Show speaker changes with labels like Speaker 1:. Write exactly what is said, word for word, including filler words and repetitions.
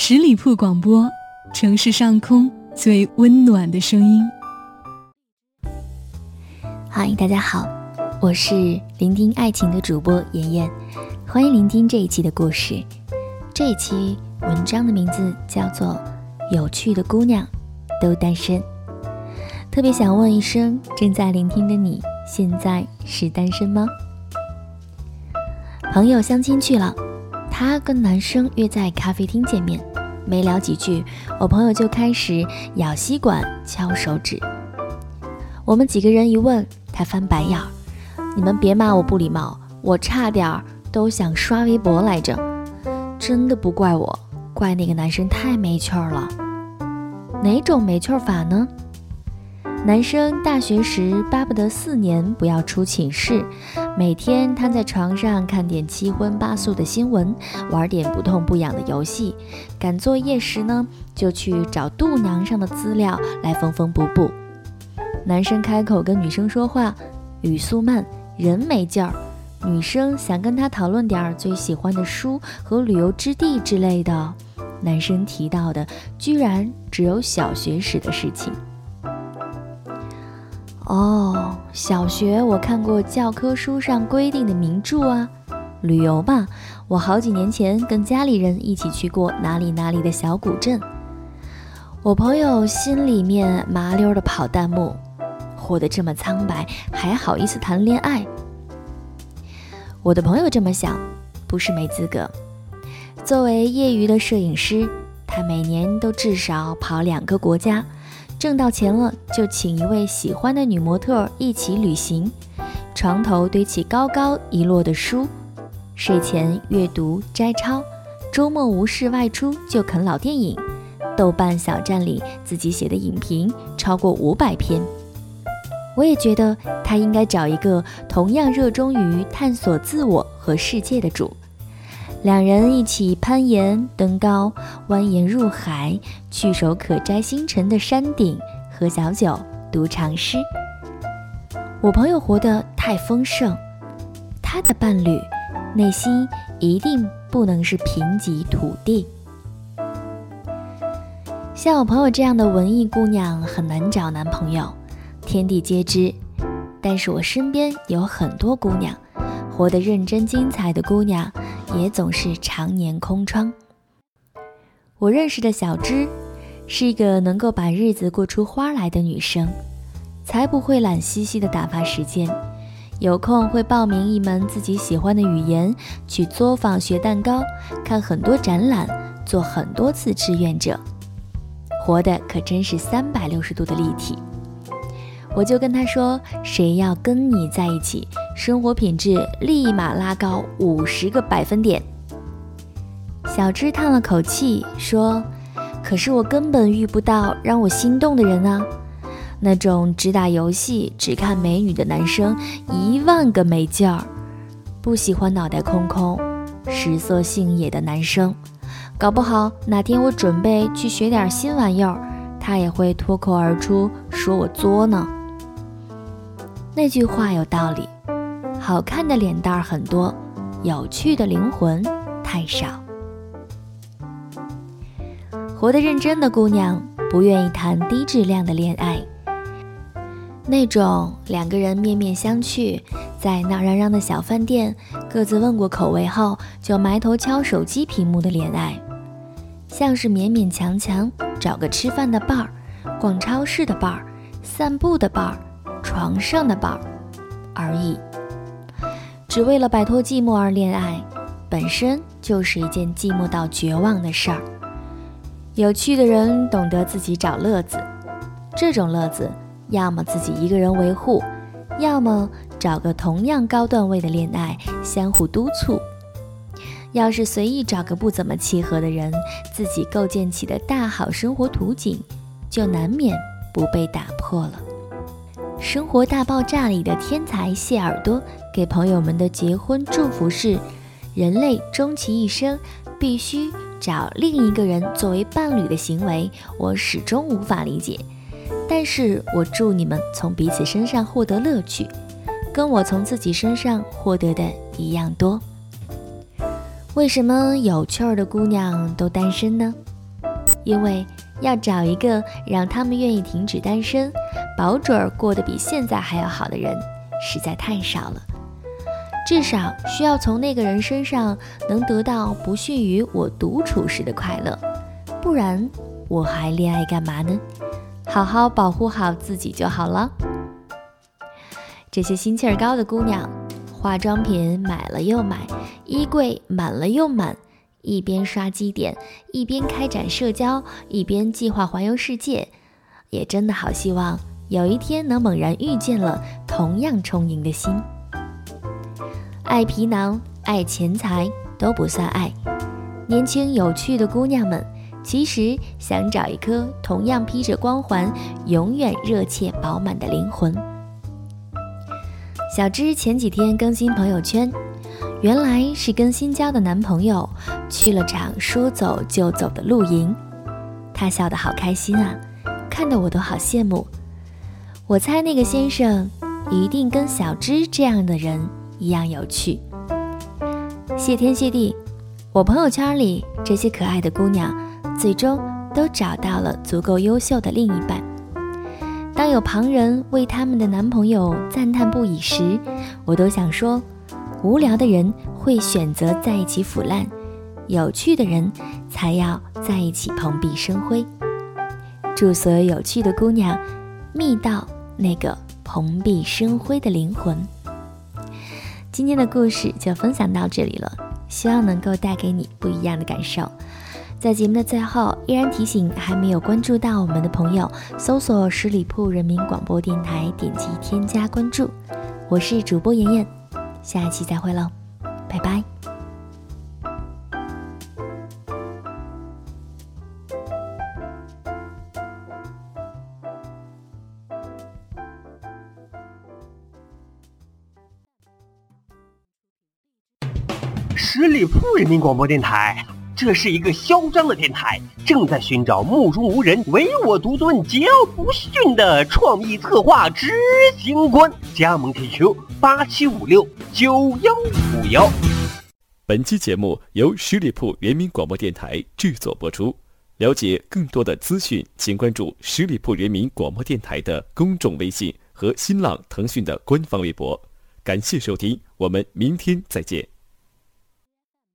Speaker 1: 十里铺广播，城市上空最温暖的声音。
Speaker 2: 嗨，大家好，我是聆听爱情的主播妍妍，欢迎聆听这一期的故事。这一期文章的名字叫做有趣的姑娘都单身。特别想问一声，正在聆听的你，现在是单身吗？朋友相亲去了，他跟男生约在咖啡厅见面，没聊几句，我朋友就开始咬吸管敲手指。我们几个人一问，他翻白眼儿，你们别骂我不礼貌，我差点都想刷微博来着，真的不怪我，怪那个男生太没趣儿了。哪种没趣儿法呢？男生大学时巴不得四年不要出寝室，每天瘫在床上看点七荤八素的新闻，玩点不痛不痒的游戏，赶作业时呢就去找肚腩上的资料来缝缝补补。男生开口跟女生说话，语速慢，人没劲儿，女生想跟他讨论点最喜欢的书和旅游之地之类的，男生提到的居然只有小学时的事情。哦，小学我看过教科书上规定的名著啊，旅游嘛，我好几年前跟家里人一起去过哪里哪里的小古镇。我朋友心里面麻溜的跑弹幕，活得这么苍白，还好意思谈恋爱？我的朋友这么想，不是没资格。作为业余的摄影师，他每年都至少跑两个国家，挣到钱了就请一位喜欢的女模特一起旅行，床头堆起高高一摞的书，睡前阅读摘抄，周末无事外出就啃老电影，豆瓣小站里自己写的影评超过五百篇。我也觉得他应该找一个同样热衷于探索自我和世界的主，两人一起攀岩登高，蜿蜒入海，去手可摘星辰的山顶，喝小酒读长诗。我朋友活得太丰盛，他的伴侣内心一定不能是贫瘠土地。像我朋友这样的文艺姑娘很难找男朋友，天地皆知，但是我身边有很多姑娘，活得认真精彩的姑娘也总是常年空窗。我认识的小芝是一个能够把日子过出花来的女生，才不会懒兮兮的打发时间，有空会报名一门自己喜欢的语言，去作坊学蛋糕，看很多展览，做很多次志愿者，活得可真是三百六十度的立体。我就跟他说，谁要跟你在一起，生活品质立马拉高五十个百分点。小芝叹了口气说，可是我根本遇不到让我心动的人啊，那种只打游戏只看美女的男生一万个没劲儿，不喜欢脑袋空空食色性也的男生，搞不好哪天我准备去学点新玩意儿，他也会脱口而出说我作呢。那句话有道理，好看的脸蛋很多，有趣的灵魂太少。活得认真的姑娘不愿意谈低质量的恋爱，那种两个人面面相觑，在闹嚷嚷的小饭店各自问过口味后就埋头敲手机屏幕的恋爱，像是勉勉强强找个吃饭的伴儿，逛超市的伴儿，散步的伴儿，床上的伴儿而已。只为了摆脱寂寞而恋爱，本身就是一件寂寞到绝望的事儿。有趣的人懂得自己找乐子，这种乐子要么自己一个人维护，要么找个同样高段位的恋爱相互督促。要是随意找个不怎么契合的人，自己构建起的大好生活图景就难免不被打破了。生活大爆炸里的天才谢耳朵给朋友们的结婚祝福是，人类终其一生必须找另一个人作为伴侣的行为，我始终无法理解，但是我祝你们从彼此身上获得乐趣，跟我从自己身上获得的一样多。为什么有趣儿的姑娘都单身呢？ 因为要找一个让他们愿意停止单身，保准儿过得比现在还要好的人，实在太少了。至少需要从那个人身上能得到不逊于我独处时的快乐，不然我还恋爱干嘛呢？好好保护好自己就好了。这些心气儿高的姑娘，化妆品买了又买，衣柜满了又满，一边刷基点，一边开展社交，一边计划环游世界，也真的好希望有一天能猛然遇见了同样充盈的心。爱皮囊、爱钱财都不算爱，年轻有趣的姑娘们其实想找一颗同样披着光环、永远热切饱满的灵魂。小芝前几天更新朋友圈，原来是跟新交的男朋友去了场说走就走的露营，她笑得好开心啊，看得我都好羡慕。我猜那个先生一定跟小芝这样的人一样有趣。谢天谢地，我朋友圈里这些可爱的姑娘最终都找到了足够优秀的另一半。当有旁人为他们的男朋友赞叹不已时，我都想说，无聊的人会选择在一起腐烂，有趣的人才要在一起蓬荜生辉。祝所有有趣的姑娘觅到那个蓬荜生辉的灵魂。今天的故事就分享到这里了，希望能够带给你不一样的感受。在节目的最后，依然提醒还没有关注到我们的朋友，搜索十里铺人民广播电台，点击添加关注。我是主播妍妍，下一期再会喽，拜拜。
Speaker 3: 十里铺人民广播电台，这是一个嚣张的电台，正在寻找目中无人、唯我独尊、桀骜不驯的创意策划执行官。加盟 Q Q 八七五六九幺五幺。
Speaker 4: 本期节目由十里铺人民广播电台制作播出。了解更多的资讯，请关注十里铺人民广播电台的公众微信和新浪、腾讯的官方微博。感谢收听，我们明天再见。